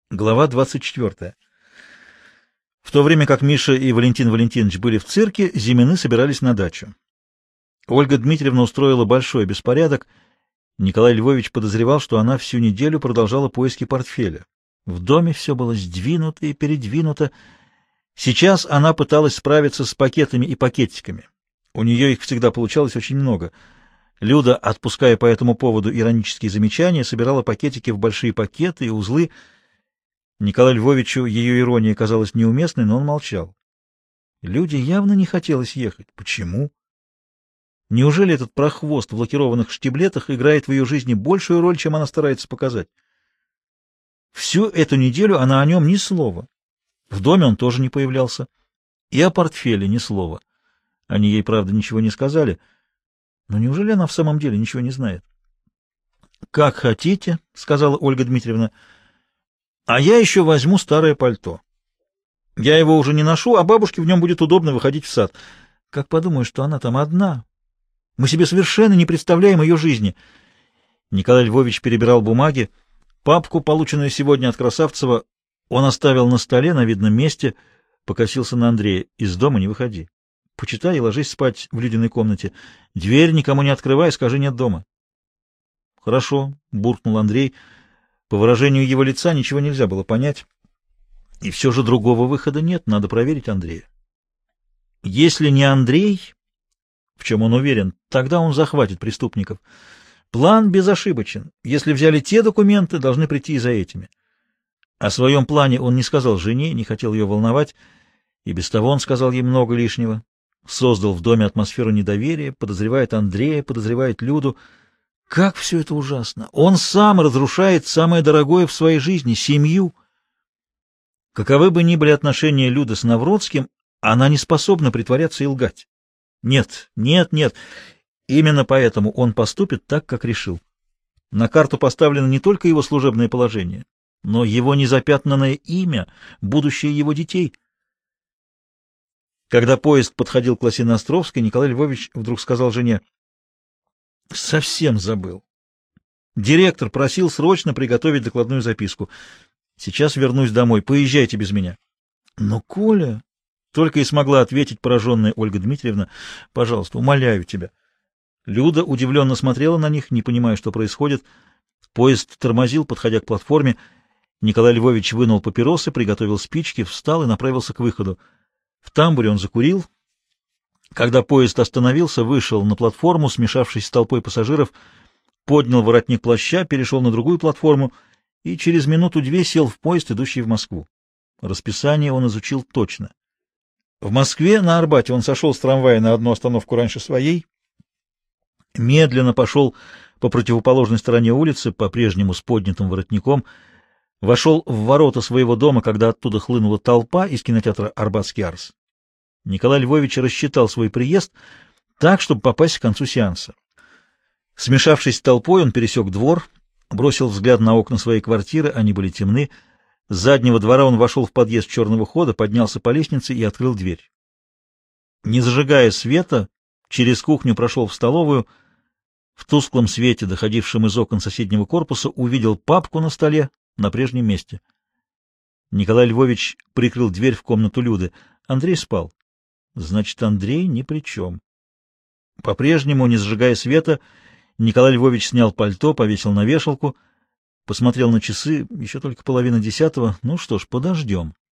Глава 24. В то время как Миша и Валентин Валентинович были в цирке, Зимины собирались на дачу. Ольга Дмитриевна устроила большой беспорядок. Николай Львович подозревал, что она всю неделю продолжала поиски портфеля. В доме все было сдвинуто и передвинуто. Сейчас она пыталась справиться с пакетами и пакетиками. У нее их всегда получалось очень много. Люда, отпуская по этому поводу иронические замечания, собирала пакетики в большие пакеты и узлы. Николаю Львовичу ее ирония казалась неуместной, но он молчал. Люде явно не хотелось ехать. Почему? Неужели этот прохвост в лакированных штиблетах играет в ее жизни большую роль, чем она старается показать? Всю эту неделю она о нем ни слова. В доме он тоже не появлялся. И о портфеле ни слова. Они ей, правда, ничего не сказали. Но неужели она в самом деле ничего не знает? — Как хотите, — сказала Ольга Дмитриевна. — А я еще возьму старое пальто. Я его уже не ношу, а бабушке в нем будет удобно выходить в сад. Как подумаю, что она там одна. Мы себе совершенно не представляем ее жизни. Николай Львович перебирал бумаги. Папку, полученную сегодня от Красавцева, он оставил на столе на видном месте, покосился на Андрея. Из дома не выходи. Почитай и ложись спать в Людиной комнате. Дверь никому не открывай, скажи нет дома. — Хорошо, — буркнул Андрей. По выражению его лица ничего нельзя было понять. И все же другого выхода нет, надо проверить Андрея. Если не Андрей, в чем он уверен, тогда он захватит преступников. План безошибочен. Если взяли те документы, должны прийти и за этими. О своем плане он не сказал жене, не хотел ее волновать, и без того он сказал ей много лишнего. Создал в доме атмосферу недоверия, подозревает Андрея, подозревает Люду. Как все это ужасно! Он сам разрушает самое дорогое в своей жизни — семью. Каковы бы ни были отношения Люды с Навродским, она не способна притворяться и лгать. Нет, нет, нет. Именно поэтому он поступит так, как решил. На карту поставлено не только его служебное положение, но его незапятнанное имя, будущее его детей. Когда поезд подходил к Лосино-Островской, Николай Львович вдруг сказал жене: «Совсем забыл. Директор просил срочно приготовить докладную записку. Сейчас вернусь домой. Поезжайте без меня». «Но, Коля...» — только и смогла ответить пораженная Ольга Дмитриевна. «Пожалуйста, умоляю тебя». Люда удивленно смотрела на них, не понимая, что происходит. Поезд тормозил, подходя к платформе. Николай Львович вынул папиросы, приготовил спички, встал и направился к выходу. В тамбуре он закурил. Когда поезд остановился, вышел на платформу, смешавшись с толпой пассажиров, поднял воротник плаща, перешел на другую платформу и через минуту-две сел в поезд, идущий в Москву. Расписание он изучил точно. В Москве, на Арбате, он сошел с трамвая на одну остановку раньше своей, медленно пошел по противоположной стороне улицы, по-прежнему с поднятым воротником, вошел в ворота своего дома, когда оттуда хлынула толпа из кинотеатра «Арбатский Арс». Николай Львович рассчитал свой приезд так, чтобы попасть к концу сеанса. Смешавшись с толпой, он пересек двор, бросил взгляд на окна своей квартиры, они были темны. С заднего двора он вошел в подъезд черного хода, поднялся по лестнице и открыл дверь. Не зажигая света, через кухню прошел в столовую. В тусклом свете, доходившем из окон соседнего корпуса, увидел папку на столе на прежнем месте. Николай Львович прикрыл дверь в комнату Люды. Андрей спал. Значит, Андрей ни при чем. По-прежнему, не зажигая света, Николай Львович снял пальто, повесил на вешалку, посмотрел на часы, еще только 9:30. Ну что ж, подождем.